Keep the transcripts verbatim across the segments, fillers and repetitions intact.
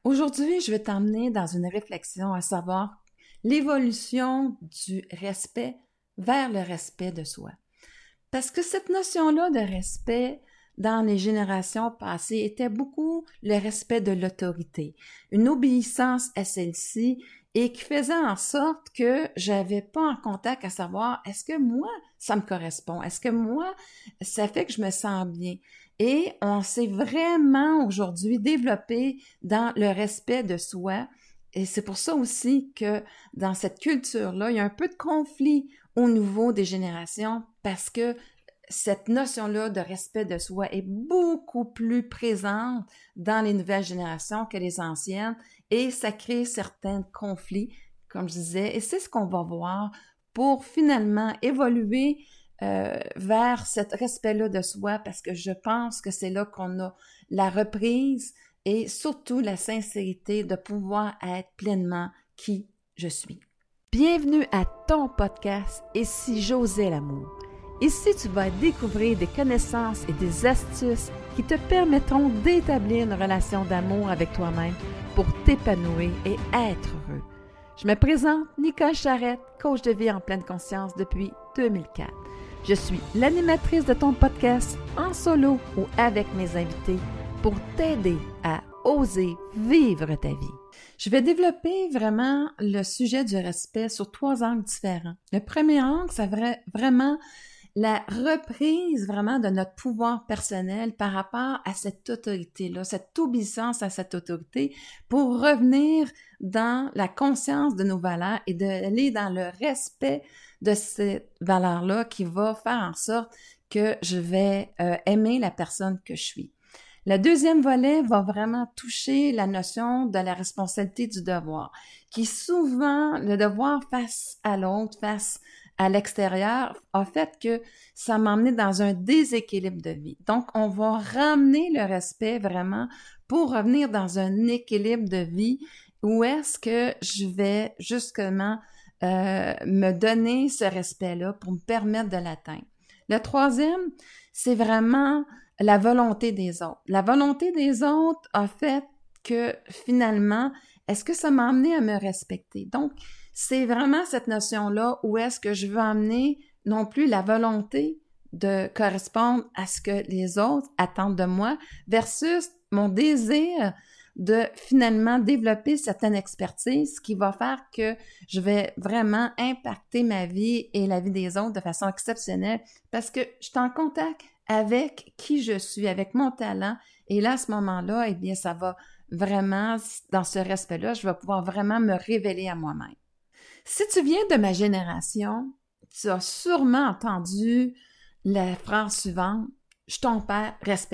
Aujourd'hui, je vais t'emmener dans une réflexion à savoir l'évolution du respect vers le respect de soi. Parce que cette notion-là de respect dans les générations passées était beaucoup le respect de l'autorité, une obéissance à celle-ci et qui faisait en sorte que j'avais pas en contact à savoir est-ce que moi, ça me correspond? Est-ce que moi, ça fait que je me sens bien? Et on s'est vraiment aujourd'hui développé dans le respect de soi. Et c'est pour ça aussi que dans cette culture-là, il y a un peu de conflit au niveau des générations parce que cette notion-là de respect de soi est beaucoup plus présente dans les nouvelles générations que les anciennes et ça crée certains conflits, comme je disais, et c'est ce qu'on va voir pour finalement évoluer euh, vers ce respect-là de soi parce que je pense que c'est là qu'on a la reprise et surtout la sincérité de pouvoir être pleinement qui je suis. Bienvenue à ton podcast « Et si j'osais l'amour ». Ici, tu vas découvrir des connaissances et des astuces qui te permettront d'établir une relation d'amour avec toi-même pour t'épanouir et être heureux. Je me présente Nicole Charrette, coach de vie en pleine conscience depuis deux mille quatre. Je suis l'animatrice de ton podcast en solo ou avec mes invités pour t'aider à oser vivre ta vie. Je vais développer vraiment le sujet du respect sur trois angles différents. Le premier angle, c'est vrai, vraiment la reprise vraiment de notre pouvoir personnel par rapport à cette autorité-là, cette obéissance à cette autorité pour revenir dans la conscience de nos valeurs et d'aller dans le respect de ces valeurs-là qui va faire en sorte que je vais euh, aimer la personne que je suis. Le deuxième volet va vraiment toucher la notion de la responsabilité du devoir, qui souvent, le devoir face à l'autre, face à l'extérieur, a fait que ça m'a emmené dans un déséquilibre de vie. Donc, on va ramener le respect vraiment pour revenir dans un équilibre de vie où est-ce que je vais justement euh, me donner ce respect-là pour me permettre de l'atteindre. Le troisième, c'est vraiment la volonté des autres. La volonté des autres a fait que finalement, est-ce que ça m'a amené à me respecter? Donc, c'est vraiment cette notion-là où est-ce que je veux amener non plus la volonté de correspondre à ce que les autres attendent de moi versus mon désir de finalement développer certaines expertises qui va faire que je vais vraiment impacter ma vie et la vie des autres de façon exceptionnelle parce que je suis en contact avec qui je suis, avec mon talent et là, à ce moment-là, eh bien, ça va vraiment, dans ce respect-là, je vais pouvoir vraiment me révéler à moi-même. Si tu viens de ma génération, tu as sûrement entendu la phrase suivante « Je suis ton père, respecte-moi ».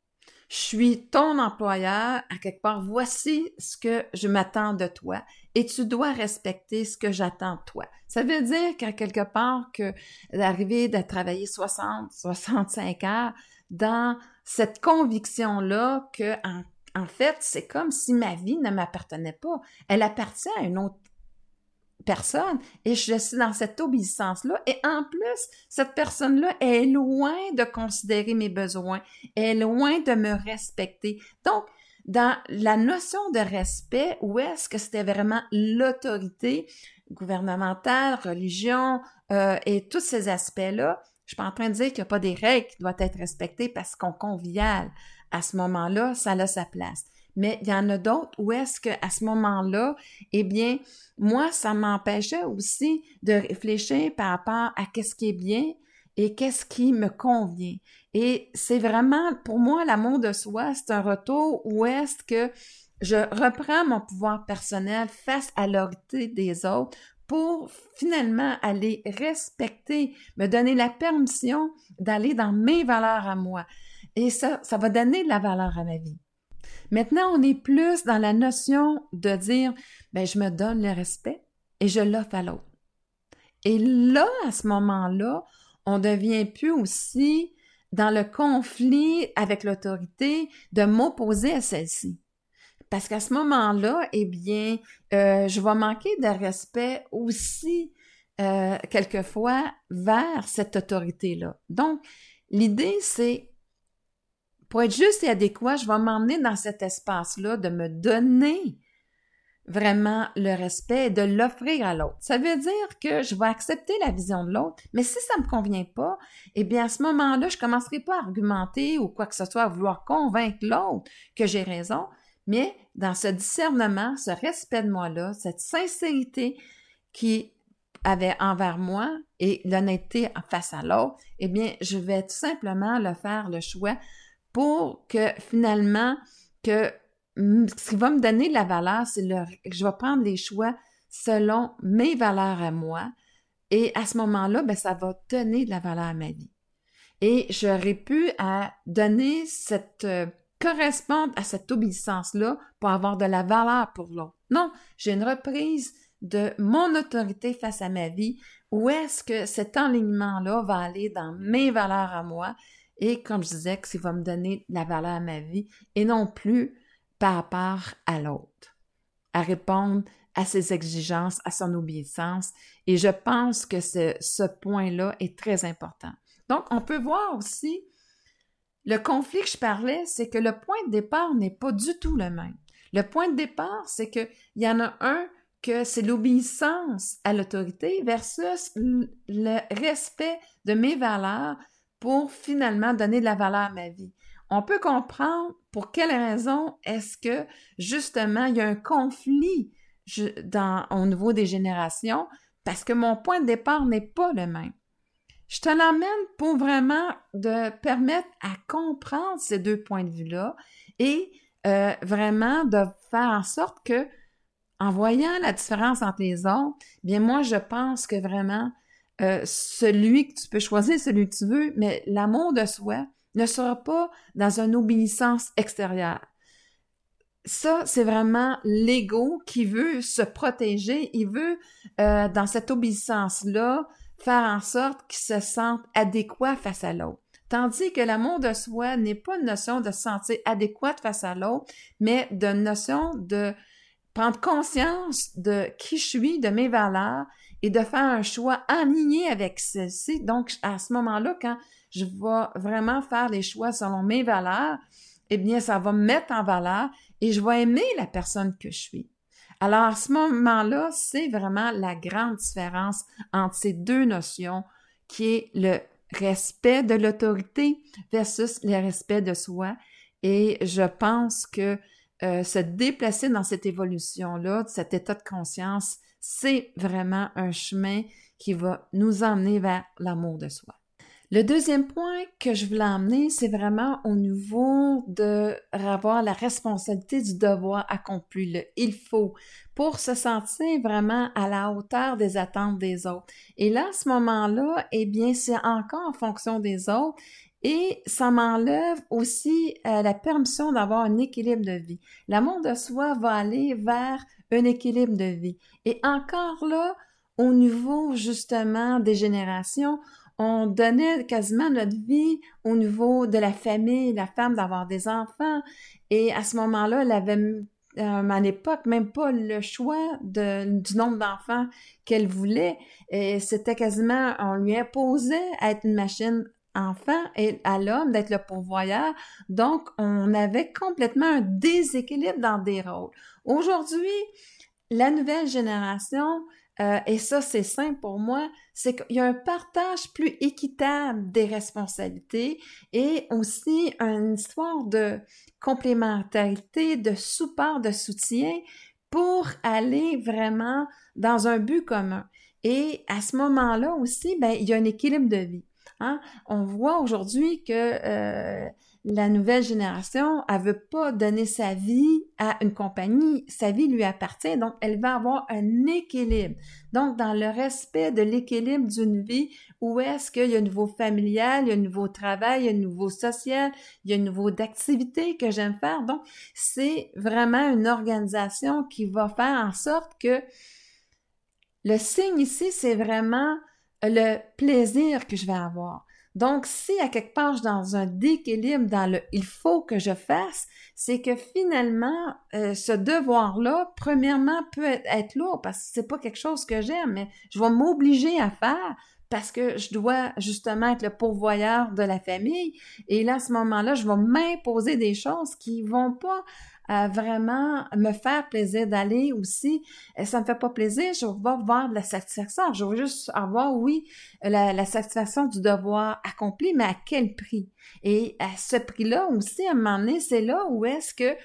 Je suis ton employeur, à quelque part, voici ce que je m'attends de toi et tu dois respecter ce que j'attends de toi. Ça veut dire qu'à quelque part, que d'arriver de travailler soixante, soixante-cinq heures dans cette conviction-là que, en, en fait, c'est comme si ma vie ne m'appartenait pas. Elle appartient à une autre personne et je suis dans cette obéissance-là et en plus, cette personne-là est loin de considérer mes besoins, est loin de me respecter. Donc, dans la notion de respect, où est-ce que c'était vraiment l'autorité gouvernementale, religion euh, et tous ces aspects-là, je suis pas en train de dire qu'il n'y a pas des règles qui doivent être respectées parce qu'on convivial. À ce moment-là, ça a sa place. Mais il y en a d'autres où est-ce qu'à ce moment-là, eh bien, moi, ça m'empêchait aussi de réfléchir par rapport à qu'est-ce qui est bien et qu'est-ce qui me convient. Et c'est vraiment, pour moi, l'amour de soi, c'est un retour où est-ce que je reprends mon pouvoir personnel face à l'autorité des autres pour finalement aller respecter, me donner la permission d'aller dans mes valeurs à moi. Et ça, ça va donner de la valeur à ma vie. Maintenant, on est plus dans la notion de dire, ben, je me donne le respect et je l'offre à l'autre. Et là, à ce moment-là, on devient plus aussi dans le conflit avec l'autorité de m'opposer à celle-ci. Parce qu'à ce moment-là, eh bien, euh, je vais manquer de respect aussi, euh, quelquefois, vers cette autorité-là. Donc, l'idée, c'est pour être juste et adéquat, je vais m'emmener dans cet espace-là de me donner vraiment le respect et de l'offrir à l'autre. Ça veut dire que je vais accepter la vision de l'autre, mais si ça me convient pas, eh bien, à ce moment-là, je commencerai pas à argumenter ou quoi que ce soit, à vouloir convaincre l'autre que j'ai raison, mais dans ce discernement, ce respect de moi-là, cette sincérité qui avait envers moi et l'honnêteté face à l'autre, eh bien, je vais tout simplement le faire le choix pour que finalement, que ce qui va me donner de la valeur, c'est le, je vais prendre les choix selon mes valeurs à moi et à ce moment-là, ben, ça va donner de la valeur à ma vie. Et j'aurais pu à donner cette, euh, correspondre à cette obéissance-là pour avoir de la valeur pour l'autre. Non, j'ai une reprise de mon autorité face à ma vie. Où est-ce que cet enlignement-là va aller dans mes valeurs à moi et comme je disais, que ça va me donner de la valeur à ma vie et non plus par rapport à l'autre, à répondre à ses exigences, à son obéissance. Et je pense que ce, ce point-là est très important. Donc, on peut voir aussi, le conflit que je parlais, c'est que le point de départ n'est pas du tout le même. Le point de départ, c'est qu'il y en a un que c'est l'obéissance à l'autorité versus le respect de mes valeurs pour finalement donner de la valeur à ma vie. On peut comprendre pour quelle raison est-ce que, justement, il y a un conflit dans, au niveau des générations parce que mon point de départ n'est pas le même. Je te l'emmène pour vraiment de permettre à comprendre ces deux points de vue-là et euh, vraiment de faire en sorte que, en voyant la différence entre les autres, bien moi, je pense que vraiment, euh, celui que tu peux choisir, celui que tu veux, mais l'amour de soi ne sera pas dans une obéissance extérieure. Ça, c'est vraiment l'ego qui veut se protéger, il veut, euh, dans cette obéissance-là, faire en sorte qu'il se sente adéquat face à l'autre. Tandis que l'amour de soi n'est pas une notion de se sentir adéquate face à l'autre, mais d'une notion de prendre conscience de qui je suis, de mes valeurs et de faire un choix aligné avec celles-ci. Donc, à ce moment-là, quand je vais vraiment faire les choix selon mes valeurs, eh bien, ça va me mettre en valeur et je vais aimer la personne que je suis. Alors, à ce moment-là, c'est vraiment la grande différence entre ces deux notions qui est le respect de l'autorité versus le respect de soi. Et je pense que euh, se déplacer dans cette évolution-là, cet état de conscience, c'est vraiment un chemin qui va nous emmener vers l'amour de soi. Le deuxième point que je voulais emmener, c'est vraiment au niveau de avoir la responsabilité du devoir accompli, le « il faut », pour se sentir vraiment à la hauteur des attentes des autres. Et là, à ce moment-là, eh bien, c'est encore en fonction des autres et ça m'enlève aussi euh, la permission d'avoir un équilibre de vie. L'amour de soi va aller vers un équilibre de vie. Et encore là, au niveau justement des générations, on donnait quasiment notre vie au niveau de la famille, la femme d'avoir des enfants. Et à ce moment-là, elle avait, euh, à l'époque, même pas le choix de, du nombre d'enfants qu'elle voulait. Et c'était quasiment, on lui imposait à être une machine enfant et à l'homme d'être le pourvoyeur. Donc, on avait complètement un déséquilibre dans des rôles. Aujourd'hui, la nouvelle génération, Euh, et ça, c'est simple pour moi, c'est qu'il y a un partage plus équitable des responsabilités et aussi une histoire de complémentarité, de support, de soutien pour aller vraiment dans un but commun. Et à ce moment-là aussi, ben, il y a un équilibre de vie. Hein? On voit aujourd'hui que euh, la nouvelle génération, elle veut pas donner sa vie à une compagnie, sa vie lui appartient, donc elle va avoir un équilibre. Donc, dans le respect de l'équilibre d'une vie, où est-ce qu'il y a un niveau familial, il y a un niveau travail, il y a un niveau social, il y a un niveau d'activité que j'aime faire. Donc, c'est vraiment une organisation qui va faire en sorte que le signe ici, c'est vraiment le plaisir que je vais avoir. Donc, si à quelque part je suis dans un déséquilibre, dans le « il faut que je fasse », c'est que finalement, euh, ce devoir-là, premièrement, peut être, être lourd parce que c'est pas quelque chose que j'aime, mais je vais m'obliger à faire parce que je dois justement être le pourvoyeur de la famille. Et là, à ce moment-là, je vais m'imposer des choses qui vont pas euh, vraiment me faire plaisir d'aller aussi. Et ça me fait pas plaisir, je vais voir de la satisfaction. Je vais juste avoir, oui, la, la satisfaction du devoir accompli, mais à quel prix? Et à ce prix-là aussi, à un moment donné, c'est là où est-ce que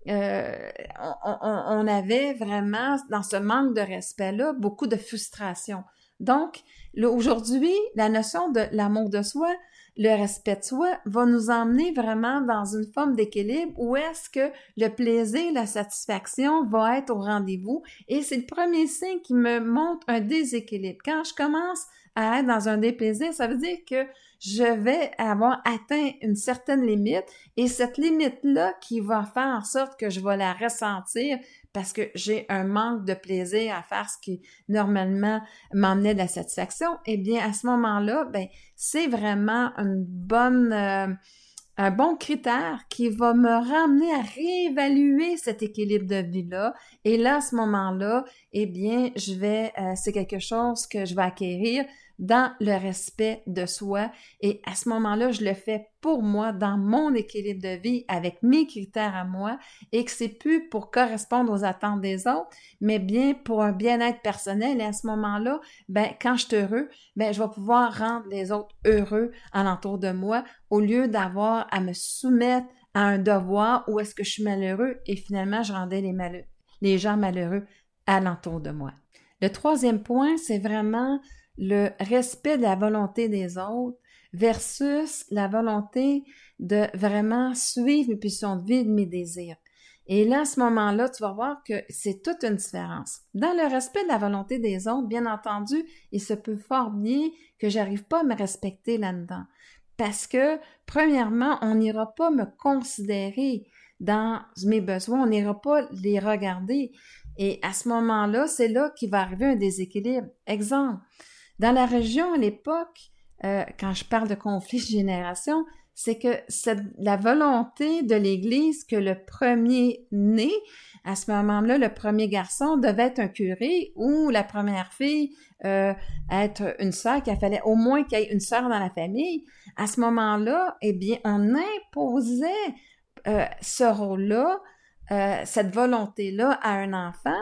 Euh, on, on, on avait vraiment, dans ce manque de respect-là, beaucoup de frustration. Donc, là, aujourd'hui, la notion de l'amour de soi, le respect de soi, va nous emmener vraiment dans une forme d'équilibre où est-ce que le plaisir, la satisfaction va être au rendez-vous. Et c'est le premier signe qui me montre un déséquilibre. Quand je commence à être dans un déplaisir, ça veut dire que je vais avoir atteint une certaine limite et cette limite-là qui va faire en sorte que je vais la ressentir parce que j'ai un manque de plaisir à faire ce qui normalement m'emmenait de la satisfaction, eh bien à ce moment-là, ben c'est vraiment une bonne euh, un bon critère qui va me ramener à réévaluer cet équilibre de vie-là. Et là, à ce moment-là, eh bien, je vais, euh, c'est quelque chose que je vais acquérir dans le respect de soi. Et à ce moment-là, je le fais pour moi, dans mon équilibre de vie, avec mes critères à moi, et que c'est plus pour correspondre aux attentes des autres, mais bien pour un bien-être personnel. Et à ce moment-là, ben, quand je suis heureux, ben, je vais pouvoir rendre les autres heureux alentour de moi, au lieu d'avoir à me soumettre à un devoir où est-ce que je suis malheureux et finalement, je rendais les, malheureux, les gens malheureux alentour de moi. Le troisième point, c'est vraiment le respect de la volonté des autres versus la volonté de vraiment suivre mes pulsions de vie et de mes désirs. Et là, à ce moment-là, tu vas voir que c'est toute une différence. Dans le respect de la volonté des autres, bien entendu, il se peut fort bien que j'arrive pas à me respecter là-dedans. Parce que, premièrement, on n'ira pas me considérer dans mes besoins, on n'ira pas les regarder. Et à ce moment-là, c'est là qu'il va arriver un déséquilibre. Exemple, dans la région à l'époque, euh, quand je parle de conflit de génération, c'est que c'est la volonté de l'Église que le premier né, à ce moment-là, le premier garçon devait être un curé ou la première fille euh, être une sœur, qu'il fallait au moins qu'il y ait une sœur dans la famille. À ce moment-là, eh bien, on imposait euh, ce rôle-là, euh, cette volonté-là à un enfant.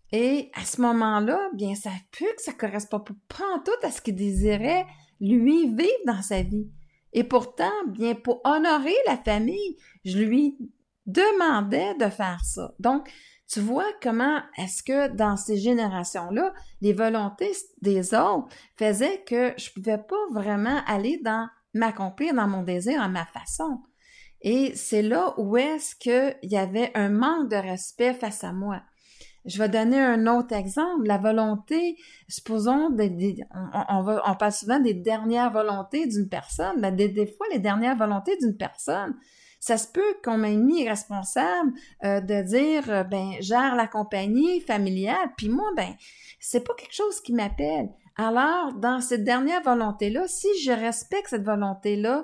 Et à ce moment-là, bien, ça peut que ça ne correspond pas en tout à ce qu'il désirait, lui, vivre dans sa vie. Et pourtant, bien, pour honorer la famille, je lui demandais de faire ça. Donc, tu vois comment est-ce que dans ces générations-là, les volontés des autres faisaient que je ne pouvais pas vraiment aller dans m'accomplir dans mon désir à ma façon. Et c'est là où est-ce qu'il y avait un manque de respect face à moi. Je vais donner un autre exemple. La volonté, supposons, de, de, on, on, va, on parle souvent des dernières volontés d'une personne. Ben, des, des fois, les dernières volontés d'une personne, ça se peut qu'on m'ait mis responsable euh, de dire, euh, ben, gère la compagnie familiale, puis moi, ben, c'est pas quelque chose qui m'appelle. Alors, dans cette dernière volonté-là, si je respecte cette volonté-là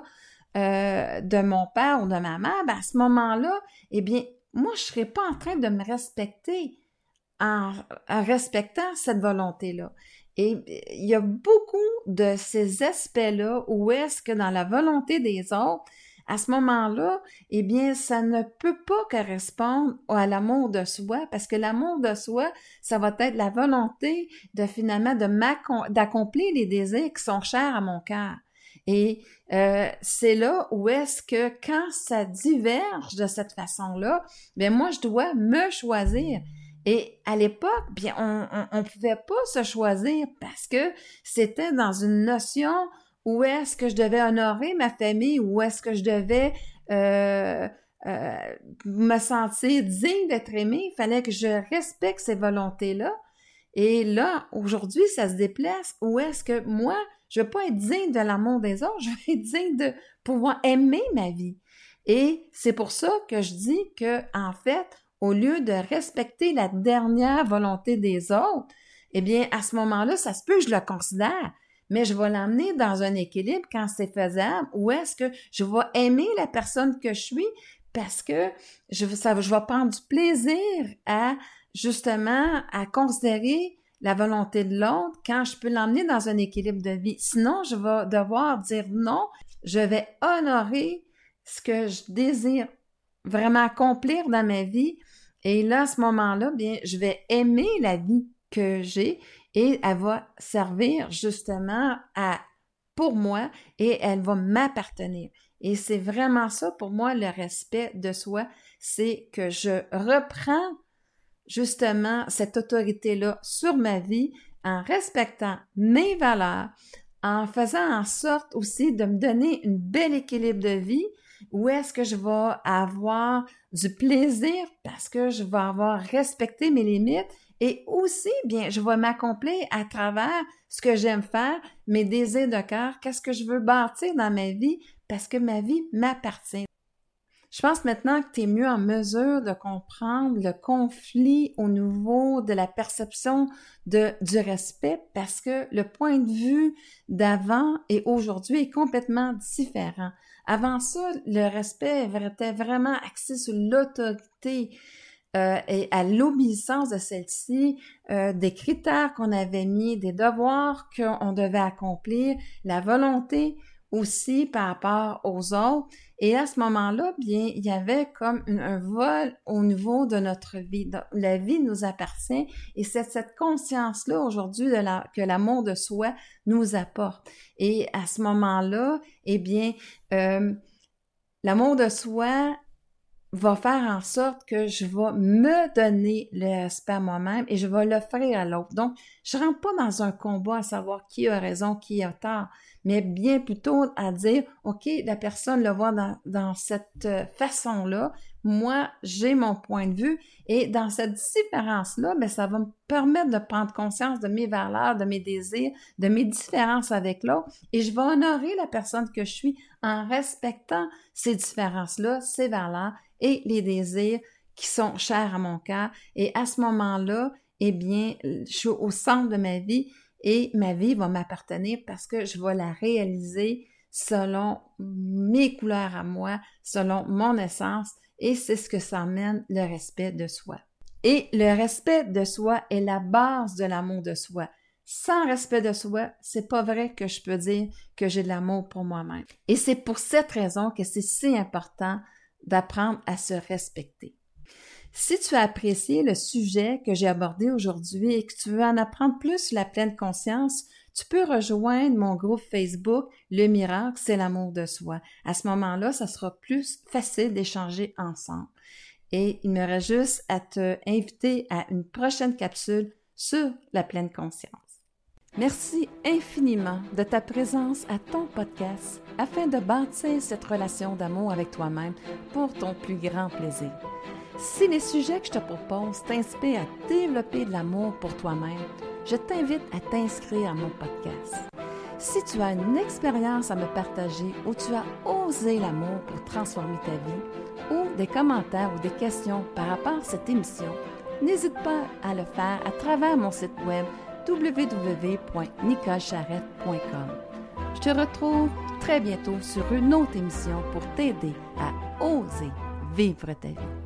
euh, de mon père ou de ma mère, ben, à ce moment-là, eh bien, moi, je serais pas en train de me respecter En, en respectant cette volonté-là. Et il y a beaucoup de ces aspects-là où est-ce que dans la volonté des autres, à ce moment-là, eh bien, ça ne peut pas correspondre à l'amour de soi, parce que l'amour de soi, ça va être la volonté de finalement de d'accomplir les désirs qui sont chers à mon cœur. Et euh, c'est là où est-ce que quand ça diverge de cette façon-là, bien moi, je dois me choisir. Et à l'époque, bien, on, on, on pouvait pas se choisir parce que c'était dans une notion où est-ce que je devais honorer ma famille, où est-ce que je devais euh, euh, me sentir digne d'être aimée. Il fallait que je respecte ces volontés-là. Et là, aujourd'hui, ça se déplace. Où est-ce que moi, je veux pas être digne de l'amour des autres, je veux être digne de pouvoir aimer ma vie. Et c'est pour ça que je dis que, en fait, au lieu de respecter la dernière volonté des autres, eh bien, à ce moment-là, ça se peut que je le considère, mais je vais l'emmener dans un équilibre quand c'est faisable, où est-ce que je vais aimer la personne que je suis parce que je, ça, je vais prendre du plaisir à, justement, à considérer la volonté de l'autre quand je peux l'emmener dans un équilibre de vie. Sinon, je vais devoir dire non, je vais honorer ce que je désire vraiment accomplir dans ma vie. Et là, à ce moment-là, bien, je vais aimer la vie que j'ai et elle va servir justement à, pour moi et elle va m'appartenir. Et c'est vraiment ça pour moi, le respect de soi, c'est que je reprends justement cette autorité-là sur ma vie en respectant mes valeurs, en faisant en sorte aussi de me donner un bel équilibre de vie où est-ce que je vais avoir du plaisir parce que je vais avoir respecté mes limites et aussi, bien, je vais m'accomplir à travers ce que j'aime faire, mes désirs de cœur, qu'est-ce que je veux bâtir dans ma vie parce que ma vie m'appartient. Je pense maintenant que tu es mieux en mesure de comprendre le conflit au niveau de la perception de, du respect parce que le point de vue d'avant et aujourd'hui est complètement différent. Avant ça, le respect était vraiment axé sur l'autorité euh, et à l'obéissance de celle-ci, euh, des critères qu'on avait mis, des devoirs qu'on devait accomplir, la volonté aussi par rapport aux autres. Et à ce moment-là, bien, il y avait comme un, un vol au niveau de notre vie. Donc, la vie nous appartient et c'est cette conscience-là aujourd'hui de la, que l'amour de soi nous apporte. Et à ce moment-là, eh bien, euh, l'amour de soi va faire en sorte que je vais me donner le respect à moi-même et je vais l'offrir à l'autre. Donc, je ne rentre pas dans un combat à savoir qui a raison, qui a tort, mais bien plutôt à dire, OK, la personne le voit dans, dans cette façon-là, moi, j'ai mon point de vue et dans cette différence-là, bien, ça va me permettre de prendre conscience de mes valeurs, de mes désirs, de mes différences avec l'autre et je vais honorer la personne que je suis en respectant ces différences-là, ces valeurs et les désirs qui sont chers à mon cœur. Et à ce moment-là, eh bien, je suis au centre de ma vie et ma vie va m'appartenir parce que je vais la réaliser selon mes couleurs à moi, selon mon essence et c'est ce que ça amène le respect de soi. Et le respect de soi est la base de l'amour de soi. Sans respect de soi, c'est pas vrai que je peux dire que j'ai de l'amour pour moi-même. Et c'est pour cette raison que c'est si important d'apprendre à se respecter. Si tu as apprécié le sujet que j'ai abordé aujourd'hui et que tu veux en apprendre plus sur la pleine conscience, tu peux rejoindre mon groupe Facebook « Le miracle, c'est l'amour de soi ». À ce moment-là, ça sera plus facile d'échanger ensemble. Et il me reste juste à te inviter à une prochaine capsule sur la pleine conscience. Merci infiniment de ta présence à ton podcast afin de bâtir cette relation d'amour avec toi-même pour ton plus grand plaisir. Si les sujets que je te propose t'inspirent à développer de l'amour pour toi-même, je t'invite à t'inscrire à mon podcast. Si tu as une expérience à me partager où tu as osé l'amour pour transformer ta vie ou des commentaires ou des questions par rapport à cette émission, n'hésite pas à le faire à travers mon site web w w w point nicole charrette point com. Je te retrouve très bientôt sur une autre émission pour t'aider à oser vivre ta vie.